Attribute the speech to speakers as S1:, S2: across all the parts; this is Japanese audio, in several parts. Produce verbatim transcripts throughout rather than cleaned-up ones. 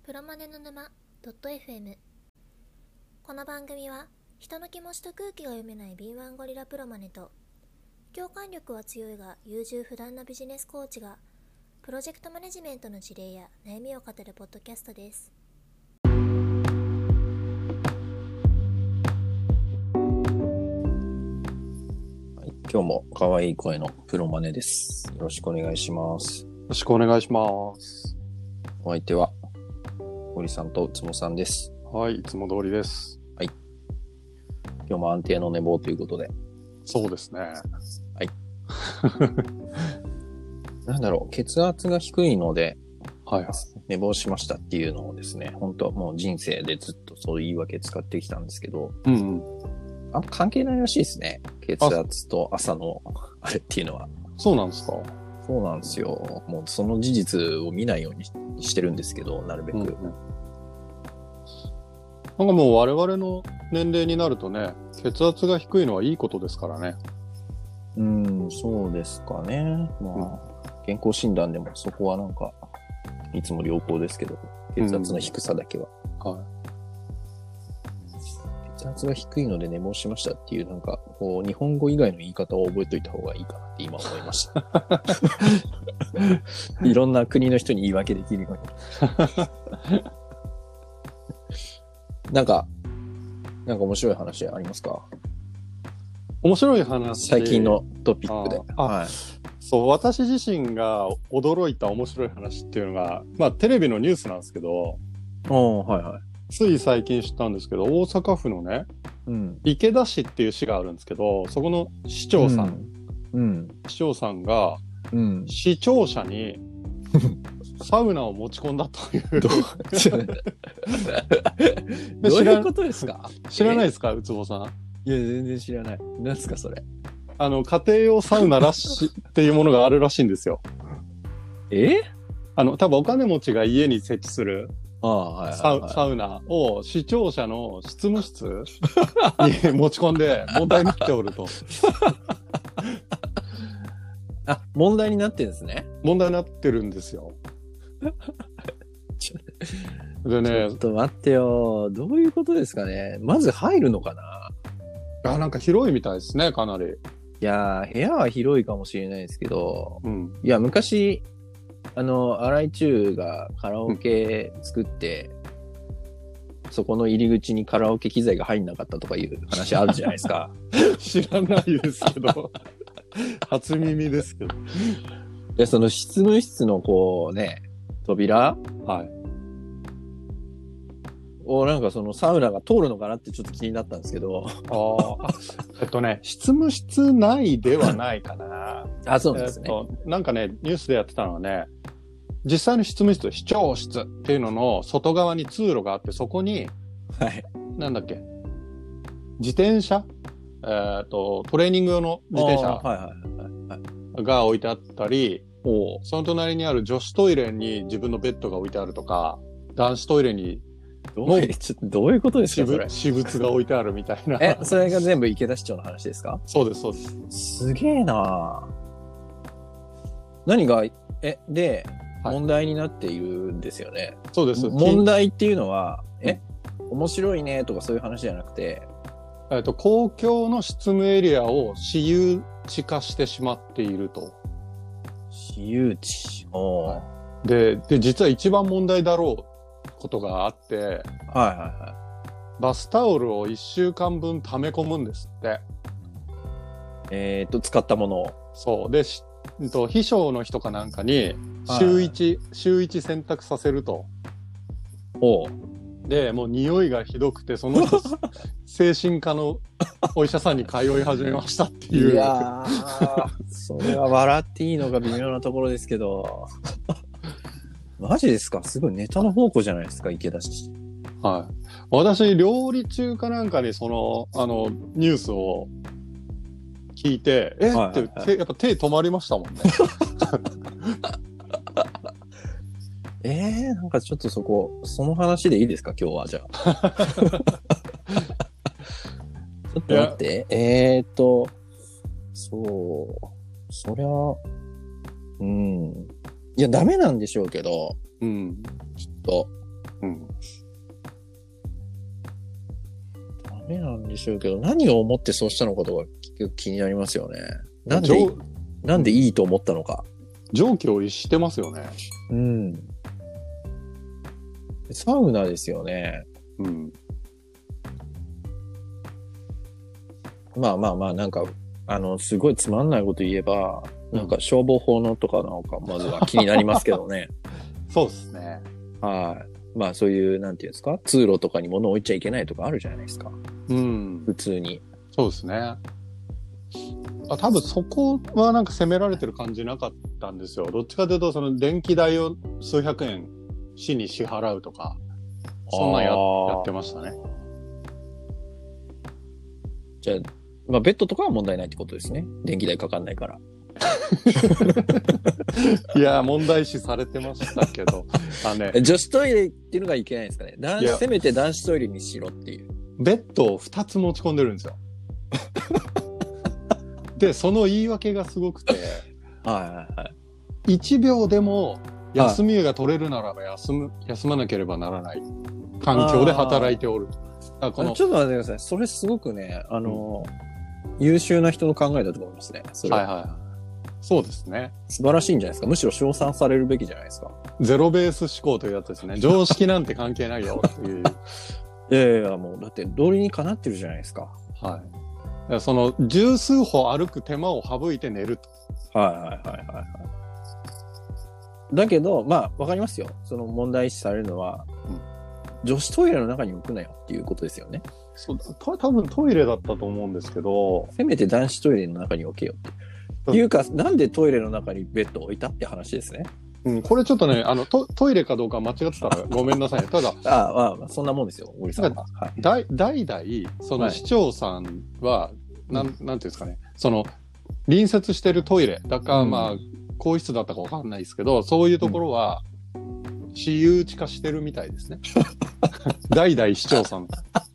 S1: プロマネの沼 .fm。 この番組は人の気持ちと空気が読めない敏腕ゴリラプロマネと共感力は強いが優柔不断なビジネスコーチがプロジェクトマネジメントの事例や悩みを語るポッドキャストです。
S2: 今日も可愛い声のプロマネです。よろしくお願いします。
S3: よろしくお願いします。
S2: お相手は堀さんとつもさんです。
S3: はい、いつも通りです。
S2: はい。今日も安定の寝坊ということで。
S3: そうですね。
S2: はい。なんだろう、血圧が低いので、
S3: はいはい、
S2: 寝坊しましたっていうのをですね、本当はもう人生でずっとそういう言い訳使ってきたんですけど、
S3: うんうん。
S2: あんま関係ないらしいですね。血圧と朝のあれっていうのは。
S3: そうなんですか？
S2: そうなんですよ。もうその事実を見ないようにしてるんですけど、なるべく。うんうん、
S3: なんかもう我々の年齢になるとね、血圧が低いのはいいことですからね。
S2: うん、そうですかね。まあ、うん、健康診断でもそこはなんか、いつも良好ですけど、血圧の低さだけは。
S3: うん、はい。
S2: 血圧が低いので寝坊しましたっていう、なんか、こう、日本語以外の言い方を覚えといた方がいいかなって今思いました。いろんな国の人に言い訳できるように。なんか、なんか面白い話ありますか？
S3: 面白い話。
S2: 最近のトピックで。
S3: ああ、はい。そう、私自身が驚いた面白い話っていうのが、まあテレビのニュースなんですけど、
S2: おー、はいはい。
S3: つい最近知ったんですけど、大阪府のね、うん、池田市っていう市があるんですけど、そこの市長さん、うんうん、市長さんが、うん、市庁舎にサウナを持ち込んだという
S2: どうどういうことですか？
S3: 知らないですか、うつぼさん？
S2: いや、全然知らない。何ですかそれ？
S3: あの家庭用サウナらしっていうものがあるらしいんですよ。
S2: え？
S3: あの多分お金持ちが家に設置する
S2: ああ、はいはいはい、
S3: サウナを市庁舎の執務室に持ち込んで問題になっておると。
S2: あ、問題になってるんですね。
S3: 問題になってるんですよ。でね、
S2: ちょっと待ってよ。どういうことですかね。まず入るのかな。
S3: あ、なんか広いみたいですね、かなり。
S2: いやー、部屋は広いかもしれないですけど、
S3: うん、
S2: いや、昔、あの、荒井中がカラオケ作って、うん、そこの入り口にカラオケ機材が入んなかったとかいう話あるじゃないですか。
S3: 知らないですけど。初耳ですけど。
S2: で、その執務室のこうね、扉、
S3: はい、
S2: をなんかそのサウナが通るのかなってちょっと気になったんですけど。
S3: ああ、えっとね、執務室内ではないかな。
S2: あ、そうなんですね、
S3: えっと。なんかね、ニュースでやってたのはね、実際の執務室、市長室っていうのの外側に通路があって、そこに、
S2: はい、
S3: なんだっけ、自転車、えっと、トレーニング用の自転車が置いてあったり、その隣にある女子トイレに自分のベッドが置いてあるとか、男子トイレに
S2: どういう、ちょっとどういうことですかそれ？
S3: 私物が置いてあるみたいな。
S2: え、それが全部池田市長の話ですか？
S3: そうです、そうです。
S2: すげえな何が、え、で、はい、問題になっているんですよね。
S3: そうです。
S2: 問題っていうのは、え、うん、面白いねとかそういう話じゃなくて、
S3: えっと、公共の執務エリアを私有地化してしまっていると。
S2: 私有地。お、
S3: はい、で、で、実は一番問題だろうことがあって、はいはいはい。バスタオルをいっしゅうかんぶん溜め込むんですって。
S2: えっと、使ったものを。
S3: そう。で、しと秘書の人かなんかに、週いち、はいはい、週いち洗濯させると。
S2: おう。
S3: で、もう匂いがひどくて、その人、精神科のお医者さんに通い始めましたっていう。
S2: いやー、それは笑っていいのか微妙なところですけど。マジですか？すごいネタの宝庫じゃないですか、池田市。
S3: はい。私、料理中かなんかにその、あの、ニュースを聞いて、え、はいはいはい、って、やっぱ手止まりましたもんね。
S2: えー、なんかちょっとそこ、その話でいいですか今日は、じゃあ。ちょっと待って。えーっと、そう、そりゃ、うん。いや、ダメなんでしょうけど、
S3: うん。
S2: きっと。
S3: うん。
S2: ダメなんでしょうけど、何を思ってそうしたのかとか結局気になりますよね。なんで、なんでいいと思ったのか。
S3: 常軌を逸してますよね。
S2: うん。サウナですよね。
S3: うん。
S2: まあまあまあ、なんか、あの、すごいつまんないこと言えば、なんか消防法のとかなのか、まずは気になりますけどね。
S3: そうですね。
S2: はい。まあそういう、なんていうんですか、通路とかに物置いちゃいけないとかあるじゃないですか。
S3: うん。
S2: 普通に。
S3: そうですね。あ、多分そこはなんか責められてる感じなかったんですよ。どっちかというと、その電気代を数百円市に支払うとか、そんなんや、やってましたね。
S2: じゃあ、まあベッドとかは問題ないってことですね。電気代かかんないから。
S3: いや、問題視されてましたけど。あね、
S2: 女子トイレっていうのがいけないんですかね。男子、せめて男子トイレにしろっていう。
S3: ベッドをふたつ持ち込んでるんですよ。で、その言い訳がすごくて、
S2: はいはいはい。
S3: いちびょうでも休みが取れるならば休む、休まなければならない環境で働いておる。
S2: あこのちょっと待ってください。それすごくね、あの、うん、優秀な人の考えだと思いますね。それ
S3: はいはい。そうですね。
S2: 素晴らしいんじゃないですか。むしろ称賛されるべきじゃないですか。
S3: ゼロベース思考というやつですね。常識なんて関係ないよっていう。
S2: いやいや、もうだって道理にかなってるじゃないですか。
S3: はい。その十数歩歩く手間を省いて寝ると。
S2: はいはいはいはいはい。だけど、まあわかりますよ。その問題視されるのは、うん、女子トイレの中に置くなよっていうことですよね。
S3: そうた多分トイレだったと思うんですけど、
S2: せめて男子トイレの中に置けよって。っていうか、なんでトイレの中にベッドを置いたって話ですね。
S3: うん、これちょっとね、あの、ト, トイレかどうか間違ってたらごめんなさい。ただ、
S2: ああ、まあ、そんなもんですよ、森さんは。
S3: はい、だ代々、その市長さんは、はい、なん、なんていうんですかね、その、隣接してるトイレ、だから、まあ、うん、更衣室だったかわかんないですけど、そういうところは、私有地化してるみたいですね。代々市長さん。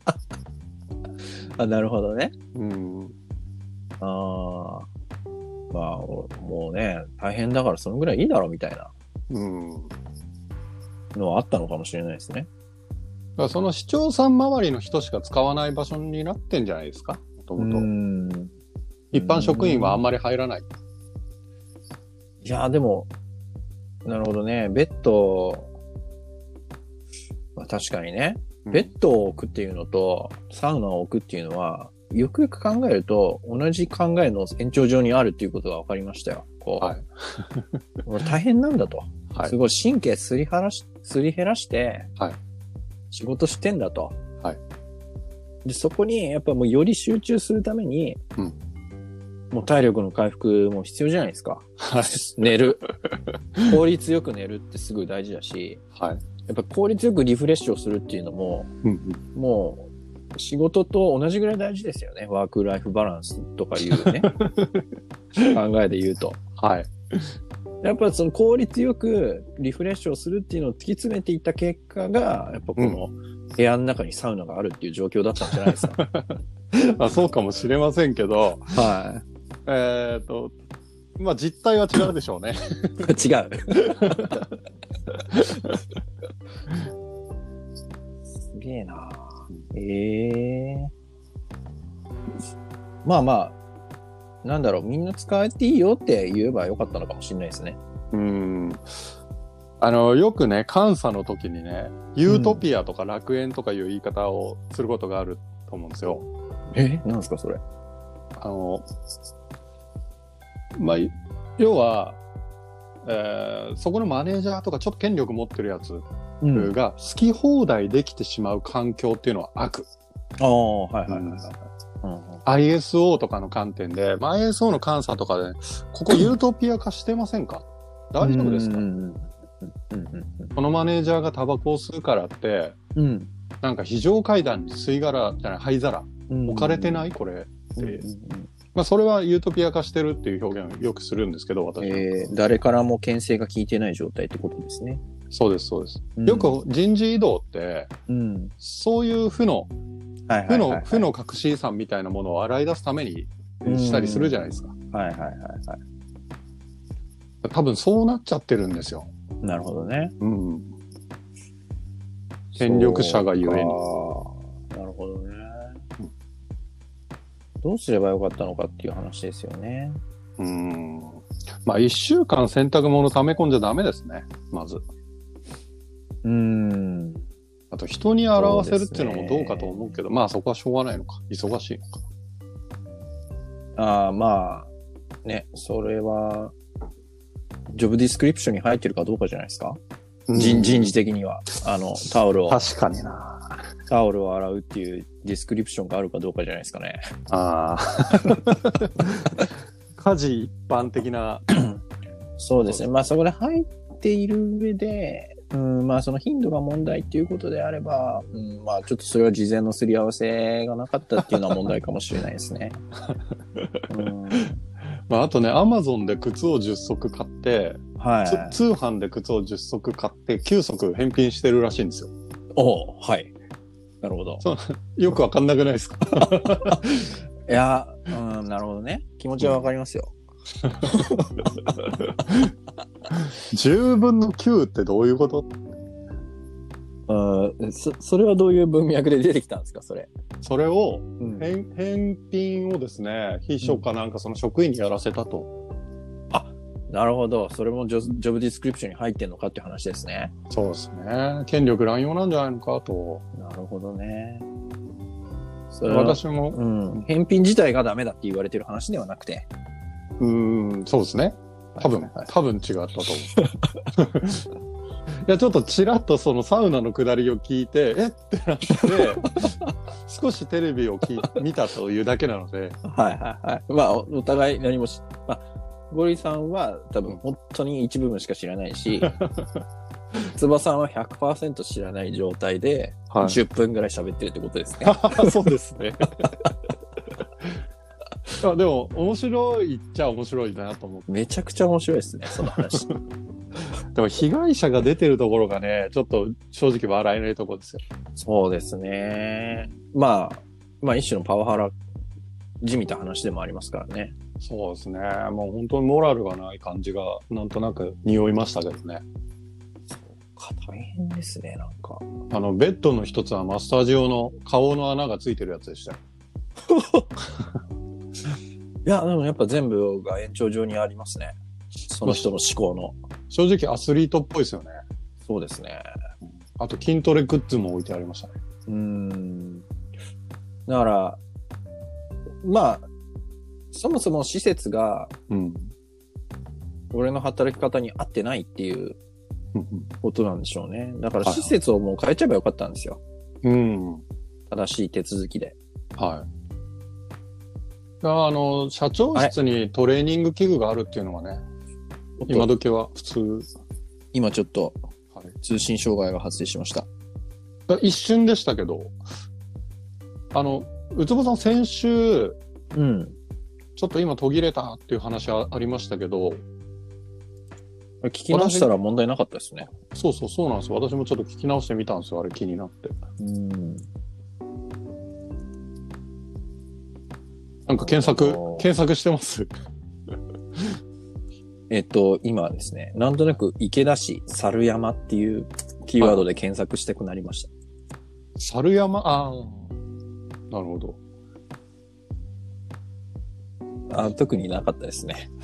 S2: あ、なるほどね。
S3: うん。
S2: ああ。まあ、もうね、大変だからそのぐらいいいだろうみたいな、うん、のはあったのかもしれないですね。
S3: だからその市長さん周りの人しか使わない場所になってんじゃないですか、もともと。一般職員はあんまり入らない。
S2: いや、でも、なるほどね。ベッド、まあ、確かにね、ベッドを置くっていうのと、サウナを置くっていうのは、よくよく考えると、同じ考えの延長上にあるっていうことが分かりましたよ。こう。はい、大変なんだと。はい、すごい神経すりはらし、すり減らして、はい、仕事してんだと。はい、で、そこに、やっぱもうより集中するために、うん、もう体力の回復も必要じゃないですか。はい、寝る。効率よく寝るってすごい大事だし、はい、やっぱ効率よくリフレッシュをするっていうのも、うんうん、もう、仕事と同じぐらい大事ですよね。ワークライフバランスとかいうね。考えで言うと。はい。やっぱその効率よくリフレッシュをするっていうのを突き詰めていった結果が、やっぱこの部屋の中にサウナがあるっていう状況だったんじゃないですか。
S3: あ、そうかもしれませんけど。はい。えっと、まあ実態は違うでしょうね。
S2: 違う。すげえな。ええー。まあまあ、なんだろう、みんな使えていいよって言えばよかったのかもしれないですね。
S3: うん。あの、よくね、監査の時にね、ユートピアとか楽園とかいう言い方をすることがあると思うんですよ。
S2: うん、えなんですか、それ。
S3: あの、まあ、要は、えー、そこのマネージャーとかちょっと権力持ってるやつが好き放題できてしまう環境っていうのは悪。
S2: ああ、はいはいはい、はい
S3: うん。アイエスオー とかの観点で、まあ、アイエスオー の監査とかで、ここユートピア化してませんか大丈夫ですかこのマネージャーがタバコを吸うからって、うん、なんか非常階段に吸い殻じゃない、灰皿置かれてないこれって。うんうんうんまあ、それはユートピア化してるっていう表現をよくするんですけど、私は。
S2: えー、誰からも牽制が効いてない状態ってことですね。
S3: そうです、そうです。うん、よく人事異動って、うん、そういう負の、負の、負の隠し遺産みたいなものを洗い出すためにしたりするじゃないですか。はいはいはいはい。多分そうなっちゃってるんですよ。
S2: なるほどね。うん。
S3: 権力者がゆえに。
S2: なるほどね。どうすればよかったのかっていう話ですよね。
S3: うーん。まあ一週間洗濯物溜め込んじゃダメですね。まず。
S2: うーん。
S3: あと人に洗わせるっていうのもどうかと思うけど、まあそこはしょうがないのか。忙しいのか。
S2: ああ、まあ、ね、それは、ジョブディスクリプションに入ってるかどうかじゃないですか、うん、人, 人事的には。あの、タオルを。
S3: 確かにな。
S2: タオルを洗うっていうディスクリプションがあるかどうかじゃないですかね。
S3: ああ。家事一般的な。
S2: そうですね。まあそこで入っている上で、うん、まあその頻度が問題っていうことであれば、うん、まあちょっとそれは事前のすり合わせがなかったっていうのは問題かもしれないですね。うん、
S3: まああとね、アマゾンで靴をじゅっ足買って、はい、通販で靴をじゅっ足買ってきゅう足返品してるらしいんですよ。
S2: おお、はい。なるほど。
S3: よくわかんなくないですか？
S2: いや、うん、なるほどね。気持ちはわかりますよ。
S3: じゅうぶんのきゅうってどういうこと？
S2: あそ, それはどういう文脈で出てきたんですか、それ。
S3: それを、うん、返, 返品をですね、秘書かなんかその職員にやらせたと。
S2: うん、あ、なるほど。それもジョジョブディスクリプションに入ってんのかっていう話ですね。
S3: そうですね。権力乱用なんじゃないのかと。
S2: なるほどね。
S3: それ私も、
S2: うん、返品自体がダメだって言われてる話ではなくて。
S3: うーん、そうですね。多分、はいはい、多分違ったと思う。いや、ちょっとちらっとそのサウナの下りを聞いて、えってなって、少しテレビを聞い見たというだけなので。
S2: はいはいはい。まあ、お互い何もし、まあ、ゴリさんは多分本当に一部分しか知らないし、つばさんは ひゃくパーセント 知らない状態で、じゅっぷんぐらい喋ってるってことですね。
S3: はい、そうですね。あでも、面白いっちゃ面白いなと思って。
S2: めちゃくちゃ面白いですね、その話。
S3: でも、被害者が出てるところがね、ちょっと正直笑えないところですよ。
S2: そうですね。まあ、まあ一種のパワハラじみた話でもありますからね。
S3: そうですね。もう本当にモラルがない感じが、なんとなく匂いましたけどね。
S2: そうか、大変ですね、なんか。
S3: あの、ベッドの一つはマッサージ用の顔の穴がついてるやつでしたよ。
S2: いや、でもやっぱ全部が延長上にありますね。その人の思考の。
S3: 正直アスリートっぽいですよね。
S2: そうですね。
S3: あと筋トレグッズも置いてありましたね。
S2: うーん。だから、まあ、そもそも施設が、うん、俺の働き方に合ってないっていうことなんでしょうね。だから施設をもう変えちゃえばよかったんですよ。
S3: うん。
S2: 正しい手続きで。
S3: はい。あの、社長室にトレーニング器具があるっていうのはね、今時は普通。
S2: 今ちょっと、通信障害が発生しました。
S3: 一瞬でしたけど、あの、うつぼさん先週、うん。ちょっと今途切れたっていう話ありましたけど、
S2: 聞き直したら問題なかったですね。
S3: そうそうそうなんですよ。私もちょっと聞き直してみたんですよ。あれ気になって。うん。なんか検索、検索してます
S2: えっと、今ですね、なんとなく池田市猿山っていうキーワードで検索してくなりました。
S3: 猿山ああ、なるほど。
S2: あ、特になかったですね。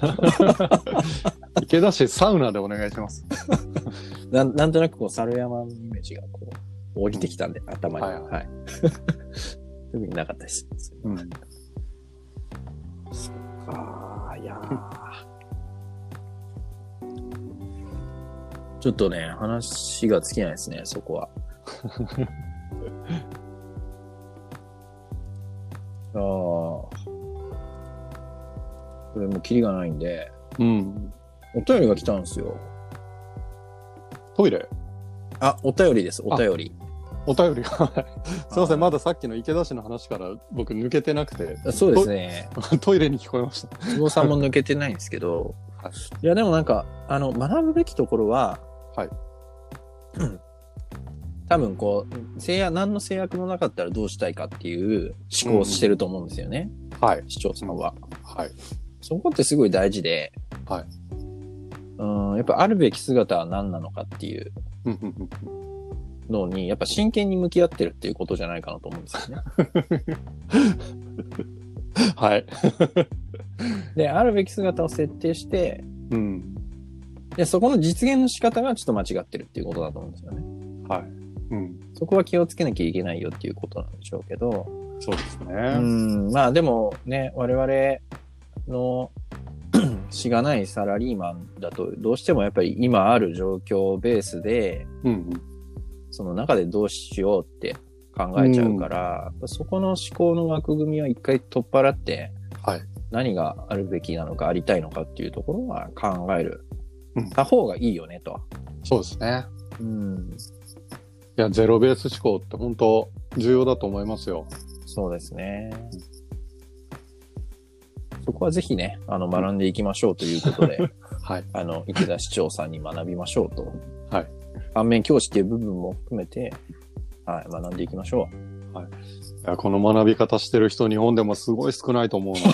S3: 池田市サウナでお願いします。
S2: な, なんとなくこう猿山のイメージがこう降りてきたんで、うん、頭に。はい、はい。特になかったです。うん。そっか、いやちょっとね、話が尽きないですね、そこは。ああ。これもうキリがないんで、うん。お便りが来たんですよ。
S3: トイレ？
S2: あ、お便りです、お便り。
S3: お便りが。すいません、まださっきの池田市の話から僕抜けてなくて。
S2: そうですね。
S3: ト, トイレに聞こえました。
S2: つぼさんも抜けてないんですけど、はい、いやでもなんか、あの、学ぶべきところは、はい。多分こう、制約、何の制約もなかったらどうしたいかっていう思考をしてると思うんですよね。うん、はい。市長さんは。はい。そこってすごい大事で、はい。うん、やっぱあるべき姿は何なのかっていう。 のに、やっぱ真剣に向き合ってるっていうことじゃないかなと思うんですよね。
S3: はい。
S2: で、あるべき姿を設定して、
S3: うん。
S2: で、そこの実現の仕方がちょっと間違ってるっていうことだと思うんですよね。
S3: はい。うん。
S2: そこは気をつけなきゃいけないよっていうことなんでしょうけど。
S3: そうですね。
S2: うん。まあでもね、我々のしがないサラリーマンだと、どうしてもやっぱり今ある状況ベースで、
S3: うんうん、
S2: その中でどうしようって考えちゃうから、うん、そこの思考の枠組みは一回取っ払って、
S3: はい、
S2: 何があるべきなのかありたいのかっていうところは考える、うん、た方がいいよねと。
S3: そうですね。
S2: うん。
S3: いや、ゼロベース思考って本当重要だと思いますよ。
S2: そうですね。そこはぜひね、あの、学んでいきましょうということで、
S3: はい。
S2: あの、池田市長さんに学びましょうと。
S3: はい。
S2: 反面教師っていう部分も含めて、はい、学んでいきましょ
S3: う。はい。いや、この学び方してる人、日本でもすごい少ないと思うな。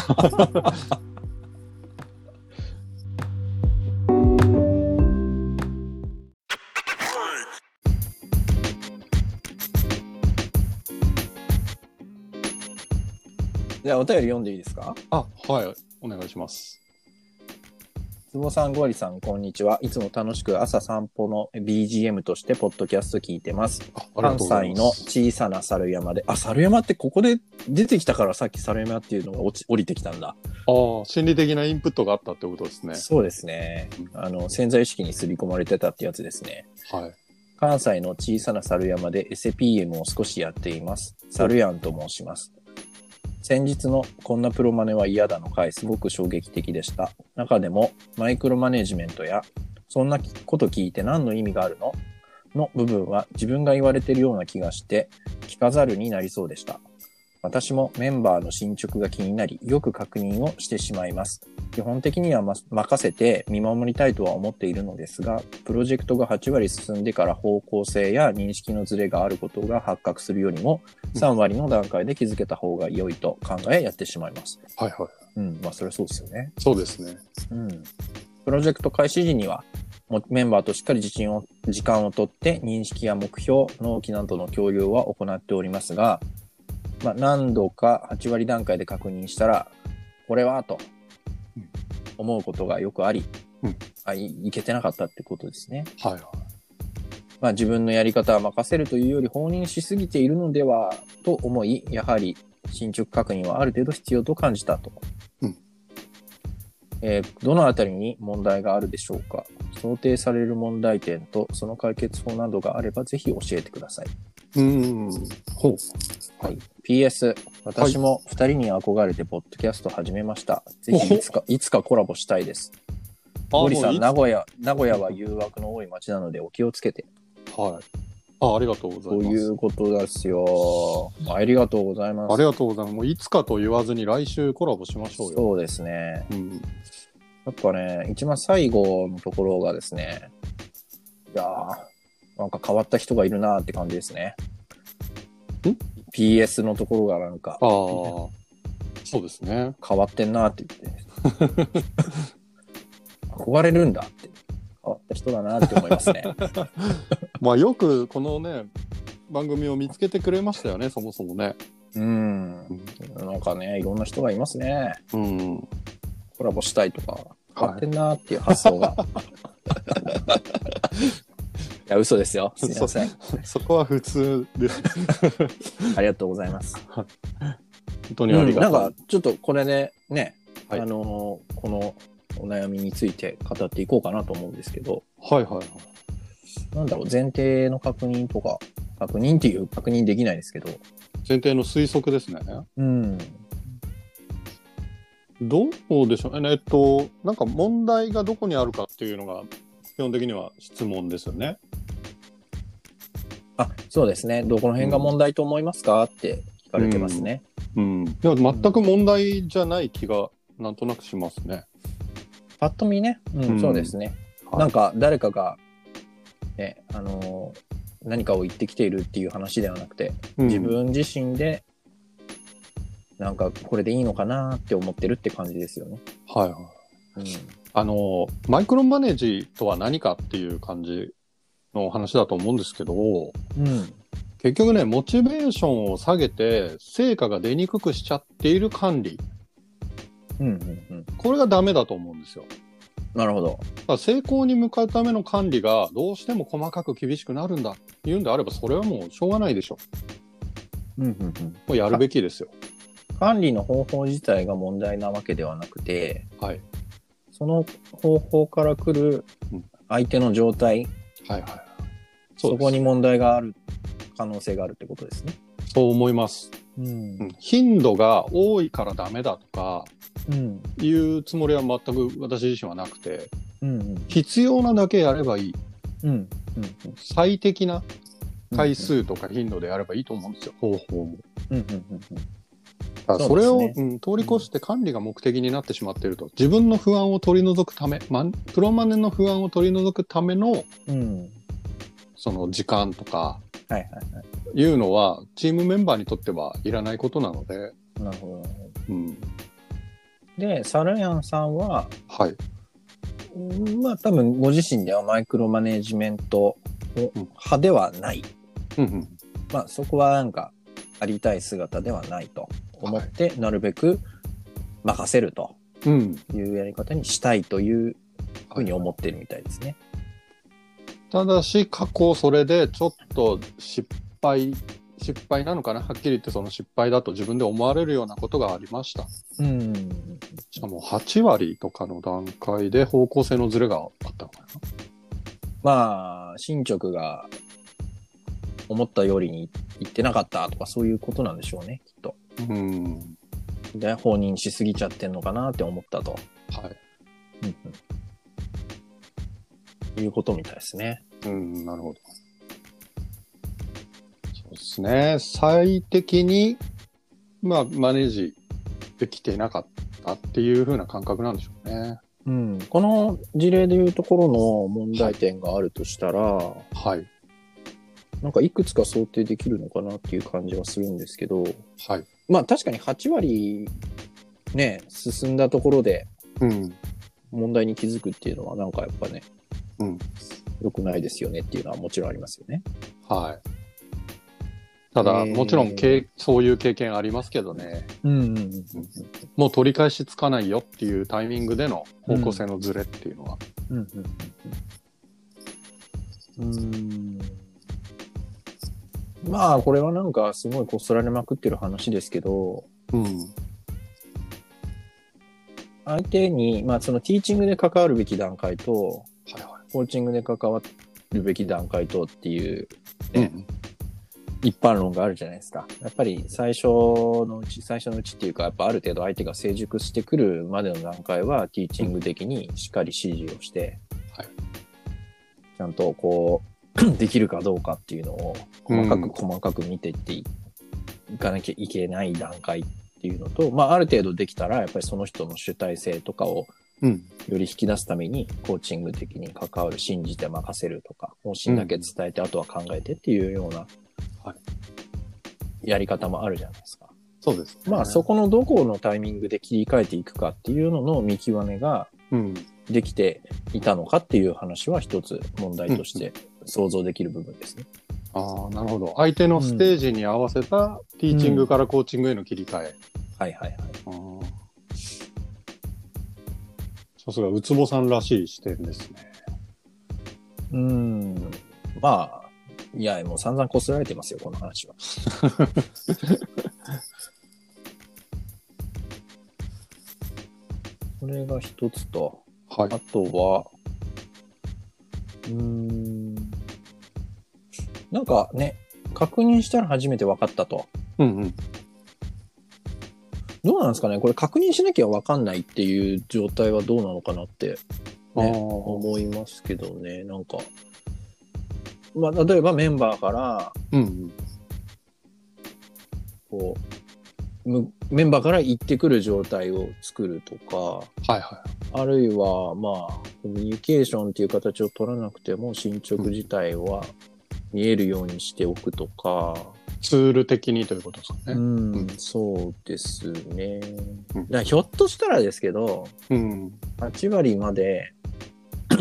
S2: じゃあ、お便り読んでいいですか？
S3: あ、はい。お願いします。
S2: つぼさん、ごわりさん、こんにちは。いつも楽しく朝散歩の ビージーエム としてポッドキャスト聞いてます。関西の小さな猿山で、あ、猿山ってここで出てきたからさっき猿山っていうのが落ち降りてきたんだ。あ
S3: あ、心理的なインプットがあったってことですね。
S2: そうですね。あの、潜在意識に刷り込まれてたってやつですね。
S3: はい。
S2: 関西の小さな猿山で エスピーエム を少しやっています。猿やんと申します。先日のこんなプロマネは嫌だの回すごく衝撃的でした。中でもマイクロマネジメントやそんなこと聞いて何の意味があるのの部分は自分が言われているような気がして聞かざるになりそうでした。私もメンバーの進捗が気になりよく確認をしてしまいます。基本的には、ま、任せて見守りたいとは思っているのですが、プロジェクトがはちわり進んでから方向性や認識のズレがあることが発覚するよりも、さんわりの段階で気づけた方が良いと考えやってしまいます。
S3: はいはい。
S2: うん、まあそれはそうですよね。
S3: そうですね。
S2: うん。プロジェクト開始時には、メンバーとしっかり時間を、時間をとって認識や目標、納期などの共有は行っておりますが、まあ、何度かはちわり段階で確認したら、これはと思うことがよくあり、うん、あ い, いけてなかったってことですね。
S3: はいはい。
S2: まあ、自分のやり方は任せるというより放任しすぎているのではと思い、やはり進捗確認はある程度必要と感じたと。うんえー、どのあたりに問題があるでしょうか？想定される問題点とその解決法などがあればぜひ教えてください。
S3: うーん。ほう。
S2: はい。ピーエス、私もふたりに憧れてポッドキャスト始めました。はい、ぜひいつか、いつかコラボしたいです。森さん、名古屋、名古屋は誘惑の多い街なのでお気をつけて。
S3: はい。あ、ありがとうございます。
S2: ということですよ。ありがとうございます。
S3: ありがとうございます。もういつかと言わずに来週コラボしましょうよ。
S2: そうですね。うん。やっぱね、一番最後のところがですね、いやー、なんか変わった人がいるなーって感じですね。ん ピーエス のところがなんか、
S3: ああ、そうですね。
S2: 変わってんなーって言って。憧れるんだって。変わった人だなーって思いますね。
S3: まあよくこのね、番組を見つけてくれましたよね、そもそもね。
S2: うん。なんかね、いろんな人がいますね。うん。コラボしたいとか、変わってんなーっていう発想が。はいいや、嘘ですよ。すみません。
S3: そ, そこは普通です。
S2: ありがとうございます。
S3: 本当にありがとう。
S2: うん、なんか、ちょっとこれでね、はい、あのー、このお悩みについて語っていこうかなと思うんですけど。
S3: はいはいはい。
S2: なんだろう、前提の確認とか、確認っていう確認できないですけど。
S3: 前提の推測ですね。
S2: うん。
S3: どうでしょうね。えっと、なんか問題がどこにあるかっていうのが、基本的には質問ですよね。
S2: あ、そうですね。どこの辺が問題と思いますか、うん、って聞かれてますね。
S3: うん。うん、でも全く問題じゃない気がなんとなくしますね。
S2: パッと見ね。うん、うん、そうですね。はい、なんか誰かが、ね、あのー、何かを言ってきているっていう話ではなくて、うん、自分自身で、なんかこれでいいのかなって思ってるって感じですよね。
S3: はいはい。うん、あのマイクロマネージとは何かっていう感じの話だと思うんですけど、
S2: うん、
S3: 結局ね、モチベーションを下げて成果が出にくくしちゃっている管理、
S2: うんうんうん、
S3: これがダメだと思うんですよ。
S2: なるほど。だ
S3: から成功に向かうための管理がどうしても細かく厳しくなるんだって言うんであれば、それはもうしょうがないでしょ。
S2: うんうんうん、
S3: もうやるべきですよ。
S2: 管理の方法自体が問題なわけではなくて、
S3: はい、
S2: その方法から来る相手の状態、
S3: うん、はいはい、
S2: そ, そこに問題がある可能性があるってことですね。
S3: そう思います。うんうん、頻度が多いからダメだとか、うん、いうつもりは全く私自身はなくて、うんうん、必要なだけやればいい、うんうんうん、最適な回数とか頻度でやればいいと思うんですよ、方法も。うんうんうんうん、だからそれを、ね、うん、通り越して管理が目的になってしまっていると、自分の不安を取り除くため、ま、プロマネの不安を取り除くための、うん、その時間とか、はいはいはい、いうのはチームメンバーにとってはいらないことなので。
S2: なるほど、うん、でサルヤンさんは、はい、まあ多分ご自身ではマイクロマネジメント派ではない、うんうん、まあそこはなんかありたい姿ではないと思って、はい、なるべく任せるというやり方にしたいというふうに思ってるみたいですね。
S3: ただし過去それでちょっと失敗失敗なのかな、はっきり言ってその失敗だと自分で思われるようなことがありました。うん、しかもはち割とかの段階で方向性のズレがあったのかな。
S2: まあ進捗が思ったよりにいってなかったとかそういうことなんでしょうね、きっと。うん。で放任しすぎちゃってんのかなって思ったと。はい。うんうん、いうことみたいですね。
S3: うん、なるほど。そうですね。最適に、まあ、マネージできていなかったっていう風な感覚なんでしょうね。
S2: うん。この事例でいうところの問題点があるとしたら、はい。はい、なんかいくつか想定できるのかなっていう感じはするんですけど、はい。まあ確かにはち割ね、進んだところで、問題に気づくっていうのはなんかやっぱね、うん。良くないですよねっていうのはもちろんありますよね。はい。
S3: ただ、えー、もちろんけそういう経験ありますけどね、うんうんうんうん、もう取り返しつかないよっていうタイミングでの方向性のズレっていうのは、うんうん
S2: うんうん、うーんまあこれはなんかすごいこすられまくってる話ですけど、うん、相手に、まあ、そのティーチングで関わるべき段階と、はいはい、コーチングで関わるべき段階とっていう、ね、うん一般論があるじゃないですか。やっぱり最初のうち、最初のうちっていうか、やっぱある程度相手が成熟してくるまでの段階は、ティーチング的にしっかり指示をして、はい、ちゃんとこう、できるかどうかっていうのを、細かく細かく見ていっていかなきゃいけない段階っていうのと、まあある程度できたら、やっぱりその人の主体性とかを、より引き出すために、コーチング的に関わる、信じて任せるとか、方針だけ伝えて、あとは考えてっていうような、はい、やり方もあるじゃないですか。
S3: そうです、ね。
S2: まあそこのどこのタイミングで切り替えていくかっていうのの見極めができていたのかっていう話は一つ問題として想像できる部分ですね。
S3: うんうん、ああ、なるほど。相手のステージに合わせたティーチングからコーチングへの切り替え。うんうん、はいはいはい。あさすがウツボさんらしい視点ですね。
S2: うーん。まあ。いや、もう散々こすられてますよ、この話は。これが一つと、はい、あとは、うーん、なんかね、確認したら初めて分かったと。うんうん。どうなんですかね、これ確認しなきゃ分かんないっていう状態はどうなのかなって、ね、思いますけどね、なんか。まあ、例えばメンバーから、うんうん、こうメンバーから言ってくる状態を作るとか、はいはい、あるいはまあコミュニケーションっていう形を取らなくても進捗自体は見えるようにしておくとか、
S3: うん、ツール的にということですかね。
S2: うん、うん、そうですね。うん、だからひょっとしたらですけど、うん、はち割まで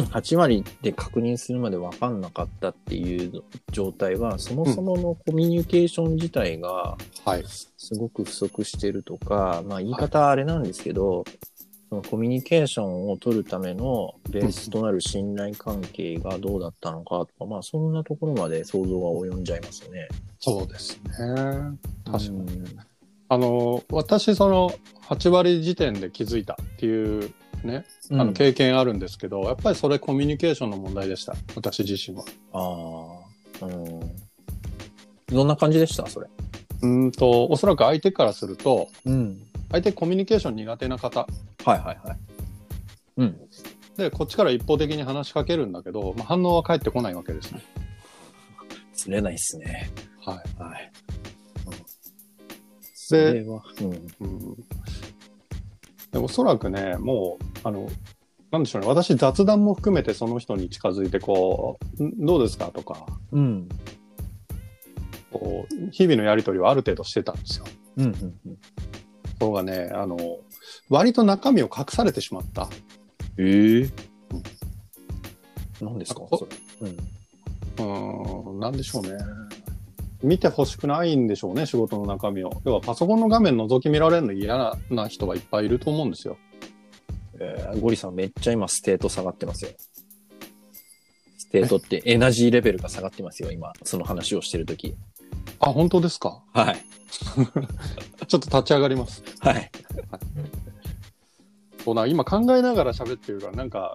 S2: はち割で確認するまで分かんなかったっていう状態は、そもそものコミュニケーション自体がすごく不足してるとか、まあ言い方はあれなんですけど、そのコミュニケーションを取るためのベースとなる信頼関係がどうだったのかとか、まあそんなところまで想像が及んじゃいますね。
S3: そうですね。確かに。あの、私、そのはち割時点で気づいたっていうね、あの経験あるんですけど、うん、やっぱりそれコミュニケーションの問題でした。私自身は。
S2: ああ、うん。どんな感じでしたそれ。
S3: うんと、おそらく相手からすると、
S2: うん、
S3: 相手コミュニケーション苦手な方。
S2: はいはいはい。うん。
S3: で、こっちから一方的に話しかけるんだけど、まあ、反応は返ってこないわけですね。
S2: 釣れないっすね。
S3: はい。
S2: はい。
S3: うん、で、それは、うん。うんでおそらくね、もう、あの、なんでしょうね、私雑談も含めてその人に近づいて、こう、どうですかとか、
S2: うん、
S3: こう、日々のやりとりはある程度してたんですよ。
S2: うんうんうん。
S3: それがね、あの、割と中身を隠されてしまった。
S2: えー、うん、何ですかそれ。
S3: うん。うん、なんでしょうね。見てほしくないんでしょうね、仕事の中身を。要はパソコンの画面覗き見られるの嫌な人がいっぱいいると思うんですよ。
S2: えー、ゴリさんめっちゃ今ステート下がってますよ。ステートってエナジーレベルが下がってますよ、今。その話をしてるとき。
S3: あ、本当ですか？
S2: はい。
S3: ちょっと立ち上がります。
S2: はい。
S3: そうな、今考えながら喋ってるから、なんか、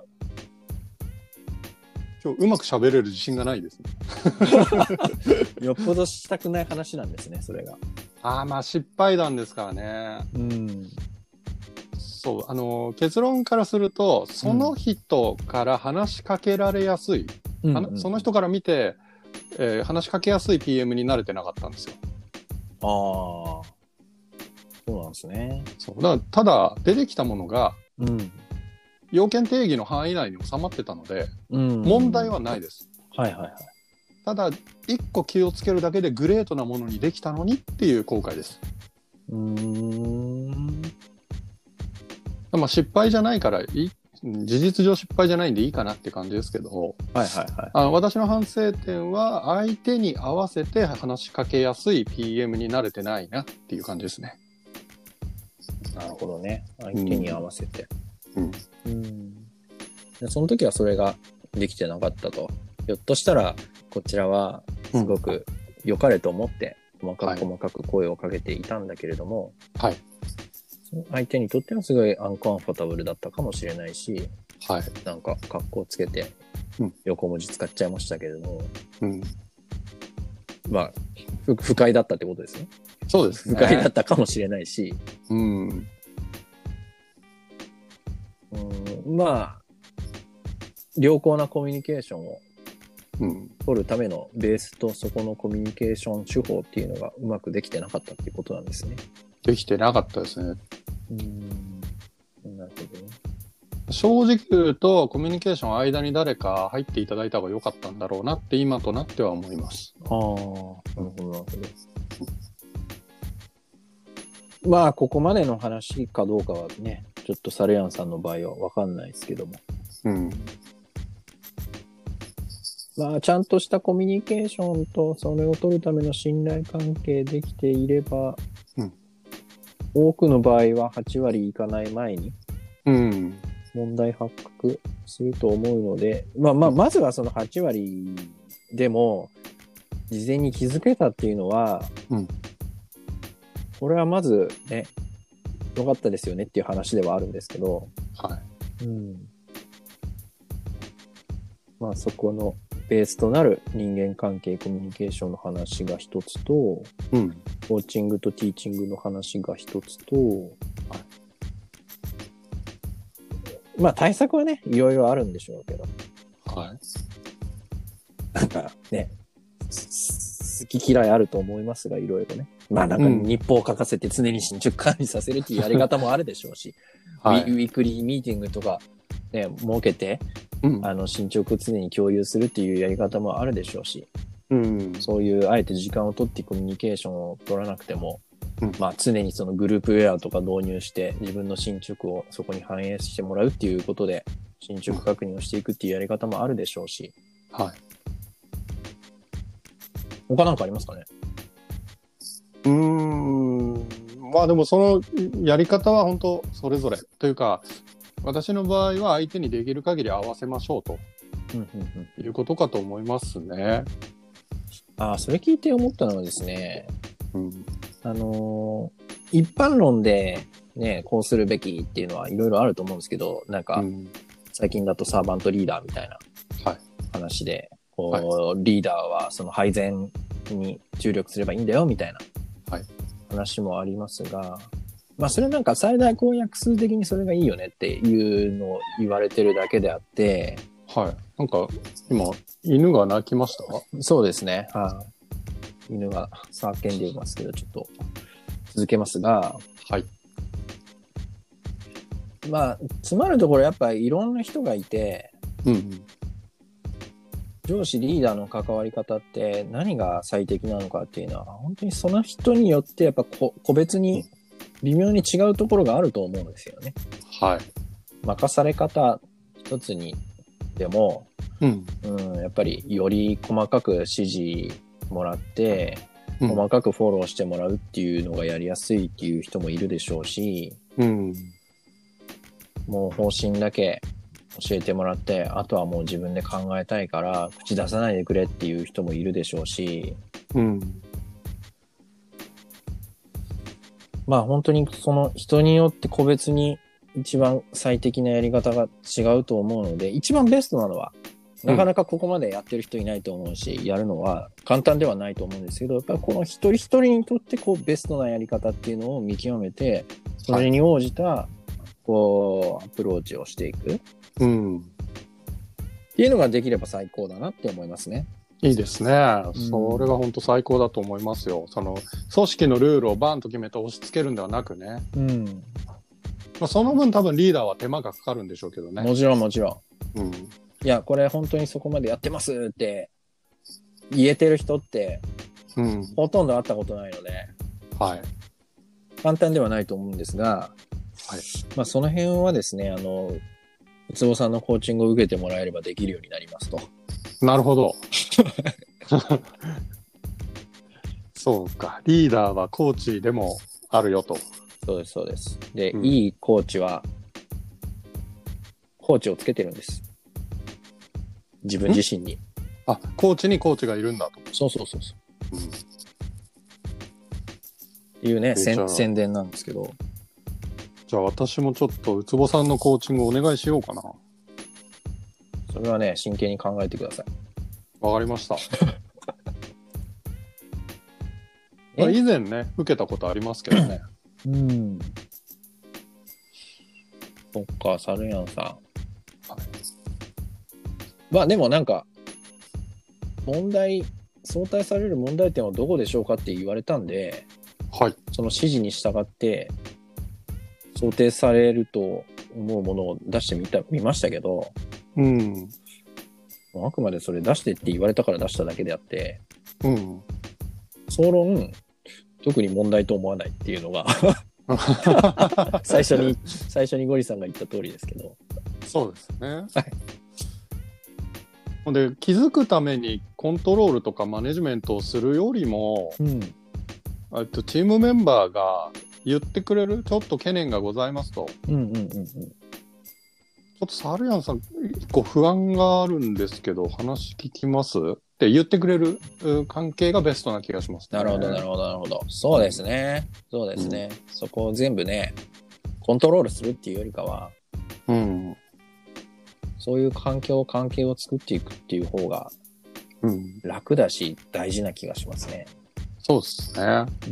S3: 今日うまく喋れる自信がないですね。
S2: よっぽどしたくない話なんですね、それが。
S3: ああ、まあ失敗談ですからね。
S2: うん。
S3: そう、あの、結論からすると、その人から話しかけられやすい、うん、その人から見て、えー、話しかけやすい ピーエム に慣れてなかったんですよ。
S2: ああ、そうなんですね。
S3: そうだからただ、出てきたものが、
S2: うん、
S3: 要件定義の範囲内に収まってたので、うん、問題はないです。
S2: はいはいはい。
S3: ただ、一個気をつけるだけでグレートなものにできたのにっていう後悔です。
S2: うーん。
S3: まあ失敗じゃないからいい、事実上失敗じゃないんでいいかなって感じですけど、
S2: はいはいはい。
S3: あの私の反省点は、相手に合わせて話しかけやすい ピーエム に慣れてないなっていう感じですね。
S2: なるほどね。相手に合わせて。
S3: うん。
S2: うん。でその時はそれができてなかったと。ひょっとしたら、こちらはすごく良かれと思って、細かく細かく声をかけていたんだけれども、
S3: はい。
S2: その相手にとってはすごいアンコンフォータブルだったかもしれないし、
S3: はい。
S2: なんか格好つけて、横文字使っちゃいましたけれども、
S3: うん。
S2: まあ、不, 不快だったってことですね。
S3: そうですね。
S2: 不快だったかもしれないし、
S3: うん。
S2: うん、まあ、良好なコミュニケーションを取るためのベースとそこのコミュニケーション手法っていうのがうまくできてなかったっていうことなんですね。
S3: できてなかったですね。
S2: うん。なるほどね。
S3: 正直言うと、コミュニケーション間に誰か入っていただいた方が良かったんだろうなって今となっては思います。
S2: ああ、なるほど、なるほど。まあ、ここまでの話かどうかはね、ちょっとサルヤンさんの場合はわかんないですけども。
S3: うん。
S2: まあ、ちゃんとしたコミュニケーションとそれを取るための信頼関係できていれば、
S3: うん、
S2: 多くの場合ははち割いかない前に問題発覚すると思うので、まあまあ、まずはそのはち割でも事前に気づけたっていうのは、
S3: うん、
S2: これはまずね、良かったですよねっていう話ではあるんですけど、
S3: はい。
S2: うん、まあそこのベースとなる人間関係、コミュニケーションの話が一つと、
S3: うん、
S2: コーチングとティーチングの話が一つと、はい、まあ対策はね、いろいろあるんでしょうけど、
S3: はい、
S2: なんかね、好き嫌いあると思いますが、いろいろね。まあなんか日報を書かせて常に進捗管理させるっていうやり方もあるでしょうし、はい、ウィ、ウィークリーミーティングとかね、設けて、うん、あの進捗を常に共有するっていうやり方もあるでしょうし、
S3: うん、
S2: そういうあえて時間を取ってコミュニケーションを取らなくても、
S3: うん、
S2: まあ常にそのグループウェアとか導入して自分の進捗をそこに反映してもらうっていうことで進捗確認をしていくっていうやり方もあるでしょうし。
S3: はい。
S2: 他なんかありますかね？
S3: うーん。まあでもそのやり方は本当それぞれというか、私の場合は相手にできる限り合わせましょうと、うんうんうん、いうことかと思いますね。
S2: ああ、それ聞いて思ったのはですね、
S3: うん、
S2: あのー、一般論でね、こうするべきっていうのはいろいろあると思うんですけど、なんか、最近だとサーバントリーダーみたいな話で、はい、こう、はい、リーダーはその配膳に注力すればいいんだよみたいな話もありますが、はい、まあそれなんか最大公約数的にそれがいいよねっていうのを言われてるだけであって、
S3: はい。なんか今犬が鳴きました？
S2: そうですね。はい。犬が叫んでいますけど、ちょっと続けますが、
S3: はい。
S2: まあ、つまるところやっぱりいろんな人がいて、
S3: うんうん、
S2: 上司リーダーの関わり方って何が最適なのかっていうのは本当にその人によってやっぱ個別に微妙に違うところがあると思うんですよね。
S3: はい。
S2: 任され方一つにでも、
S3: うん
S2: うん、やっぱりより細かく指示もらって、うん、細かくフォローしてもらうっていうのがやりやすいっていう人もいるでしょうし、
S3: うん、
S2: もう方針だけ教えてもらって、あとはもう自分で考えたいから口出さないでくれっていう人もいるでしょうし、
S3: うん、
S2: まあ本当にその人によって個別に一番最適なやり方が違うと思うので、一番ベストなのは、なかなかここまでやってる人いないと思うし、うん、やるのは簡単ではないと思うんですけど、やっぱりこの一人一人にとってこうベストなやり方っていうのを見極めて、それに応じたこうアプローチをしていく、
S3: うん、
S2: っていうのができれば最高だなって思いますね。
S3: いいですね。それが本当最高だと思いますよ。その組織のルールをバンと決めて押し付けるんではなくね。
S2: うん。
S3: まあ、その分多分リーダーは手間がかかるんでしょうけどね。
S2: もちろんもちろ
S3: ん。うん。
S2: いや、これ本当にそこまでやってますって言えてる人って、
S3: うん、
S2: ほとんど会ったことないので、
S3: はい。
S2: 簡単ではないと思うんですが、
S3: はい。
S2: まあその辺はですね、あの、うつぼさんのコーチングを受けてもらえればできるようになりますと。
S3: なるほど。そうか。リーダーはコーチでもあるよと。
S2: そうです、そうです。で、
S3: うん、
S2: いいコーチは、コーチをつけてるんです。自分自身に。
S3: あ、コーチにコーチがいるんだと。
S2: そうそうそうそう。
S3: うん、
S2: っていうね、宣伝なんですけど。
S3: じゃあ私もちょっとうつぼさんのコーチングお願いしようかな。
S2: それはね、真剣に考えてください。
S3: わかりました。まあ、以前ね、受けたことありますけどね。
S2: うん。そっか、サルヤンさん。はい、まあでもなんか、問題、相対される問題点はどこでしょうかって言われたんで、
S3: はい。
S2: その指示に従って、想定されると思うものを出してみた、見ましたけど、
S3: うん。
S2: あくまでそれ出してって言われたから出しただけであって、
S3: うん。
S2: 総論、特に問題と思わないっていうのが最初に、最初にゴリさんが言った通りですけど。
S3: そうですね。
S2: はい。
S3: ほんで、気づくためにコントロールとかマネジメントをするよりも、
S2: うん、
S3: えっと、チームメンバーが言ってくれる、ちょっと懸念がございますと。
S2: うんうんうんうん。ち
S3: ょっとサルヤンさん、一個不安があるんですけど、話聞きますって言ってくれる関係がベストな気がしますね。
S2: なるほど、なるほど、なるほど。そうですね。そうですね。うん、そこを全部ね、コントロールするっていうよりかは、
S3: うん、
S2: そういう環境、関係を作っていくっていう方が、楽だし、大事な気がしますね。
S3: そうですね。
S2: うん。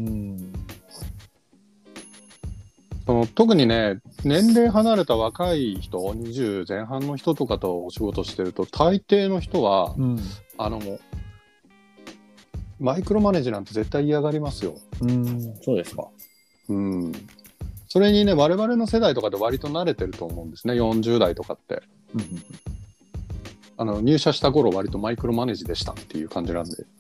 S3: その特にね、年齢離れた若い人、にじゅう前半の人とかとお仕事してると、大抵の人は、うん、あのもう、マイクロマネージなんて絶対嫌がりますよ。
S2: うん、そうですか。
S3: うん。それにね、我々の世代とかで割と慣れてると思うんですね、よんじゅう代とかって。うん、あの入社した頃割とマイクロマネージでしたっていう感じなんで。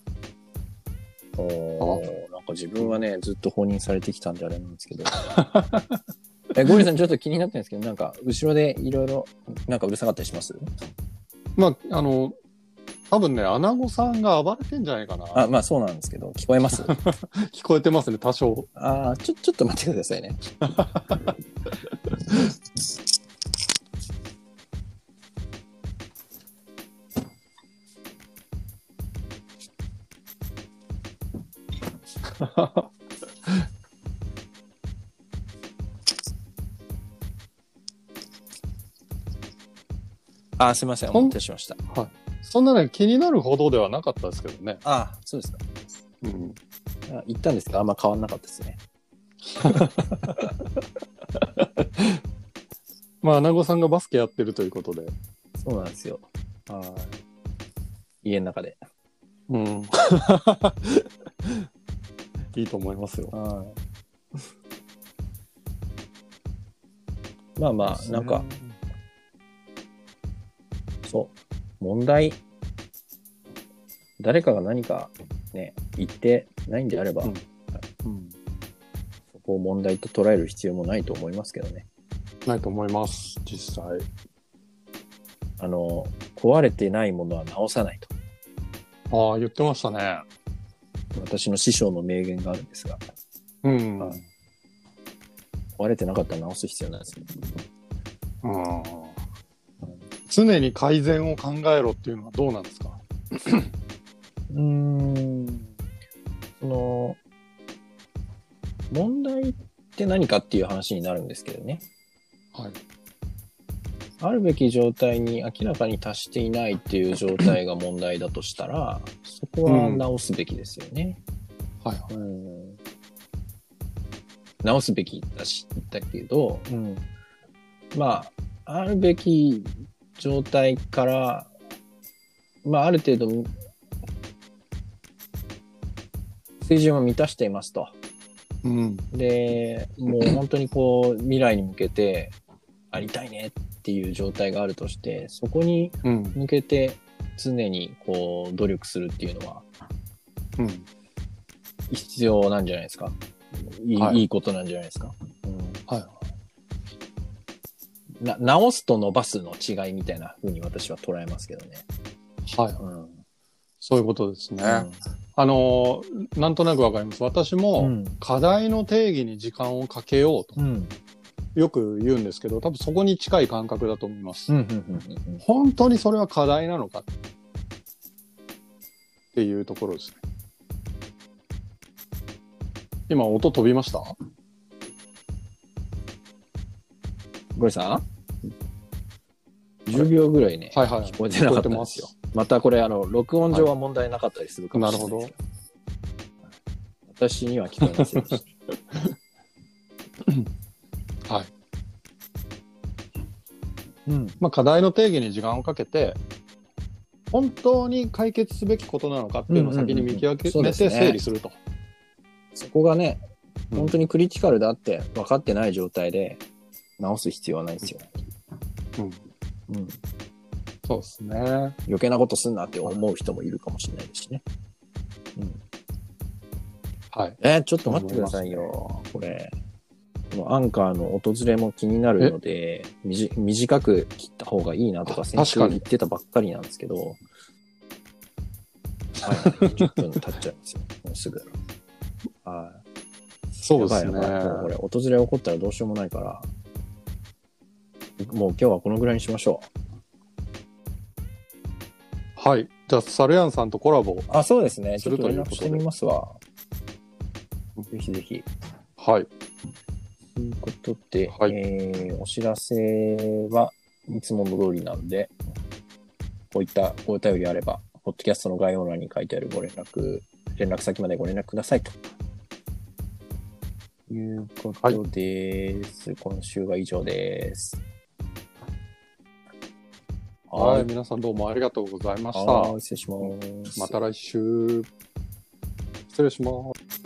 S2: おー、なんか自分はね、ずっと放任されてきたんであれなんですけど。 え、ゴリさんちょっと気になってるんですけど、なんか、後ろでいろいろ、なんかうるさかったりします？
S3: まあ、あの、多分ね、アナゴさんが暴れてんじゃないかな。
S2: あ、まあそうなんですけど、聞こえます？
S3: 聞こえてますね、多少。
S2: ああ、ちょ、ちょっと待ってくださいね。あ、すみません、お待たせしました。
S3: はい。そんなね、気になるほどではなかったですけどね。
S2: ああ、そうですか。
S3: うん。
S2: あ、言ったんですが、あんま変わんなかったですね。
S3: まあ、アナゴさんがバスケやってるということで。
S2: そうなんですよ。はい。家の中で。
S3: うん。いいと思いますよ。
S2: はい。まあまあ、なんか、そう、問題、誰かが何かね、言ってないんであれば、うんうん、そこを問題と捉える必要もないと思いますけどね。
S3: ないと思います、実際。
S2: あの、壊れてないものは直さない
S3: と。ああ、言ってましたね。
S2: 私の師匠の名言があるんですが。
S3: うん。
S2: はい、壊れてなかったら直す必要ないですね。
S3: うん。常に改善を考えろっていうのはどうなんですか？
S2: うーん。その、問題って何かっていう話になるんですけどね。
S3: はい。
S2: あるべき状態に明らかに達していないっていう状態が問題だとしたら、そこは直すべきですよね。
S3: うん、はい、はい。
S2: うん。直すべきだし、だけど、うん、まあ、あるべき状態から、まあ、ある程度、水準を満たしていますと。
S3: うん、
S2: で、もう本当にこう、未来に向けて、ありたいねっていう状態があるとして、そこに向けて常にこう、努力するっていうのは、
S3: うん、
S2: 必要なんじゃないですか。いい、はい、いいことなんじゃないですか。うん、
S3: はい。
S2: な、直すと伸ばすの違いみたいな風に私は捉えますけどね。
S3: はい。うん、そういうことですね。うん、あの、なんとなくわかります。私も、課題の定義に時間をかけようと、うん、よく言うんですけど、多分そこに近い感覚だと思います。本当にそれは課題なのかっていうところですね。今、音飛びました？
S2: ゴリさんじゅうびょうぐらいね、
S3: はいはい、
S2: 聞こえてなかったんですよ。またこれ、あの、録音上は問題なかったりするかもしれないですけど。はい、私には聞こえませんでした。
S3: はい。うん。まあ、課題の定義に時間をかけて、本当に解決すべきことなのかっていうのを先に見極めて整理すると。
S2: そこがね、本当にクリティカルだって分かってない状態で直す必要はないですよ。うん。うん。
S3: そうですね。
S2: 余計なことすんなって思う人もいるかもしれないですしね。うん。はい。えー、ちょっと待ってくださいよ。これ。このアンカーの訪れも気になるので、みじ短く切った方がいいなとか先週言ってたばっかりなんですけど、はいはい、じゅっぷん経っちゃいますよ。もうすぐ。はい。
S3: そうですね。
S2: やばいやばい。もうこれ、訪れ起こったらどうしようもないから、もう今日はこのぐらいにしましょ
S3: う。はい。じゃあ、サルヤンさんとコラボ。
S2: あ、そうですね。ちょっと連絡してみますわ。ぜひぜひ。
S3: はい。
S2: ということで、はい、えー、お知らせはいつもの通りなんで、こういったお便りあれば、ポッドキャストの概要欄に書いてあるご連絡、連絡先までご連絡くださいと。いうことです。はい、今週は以上です。
S3: はい、はい、皆さんどうもありがとうございました。
S2: はい、失礼します。
S3: また来週。失礼します。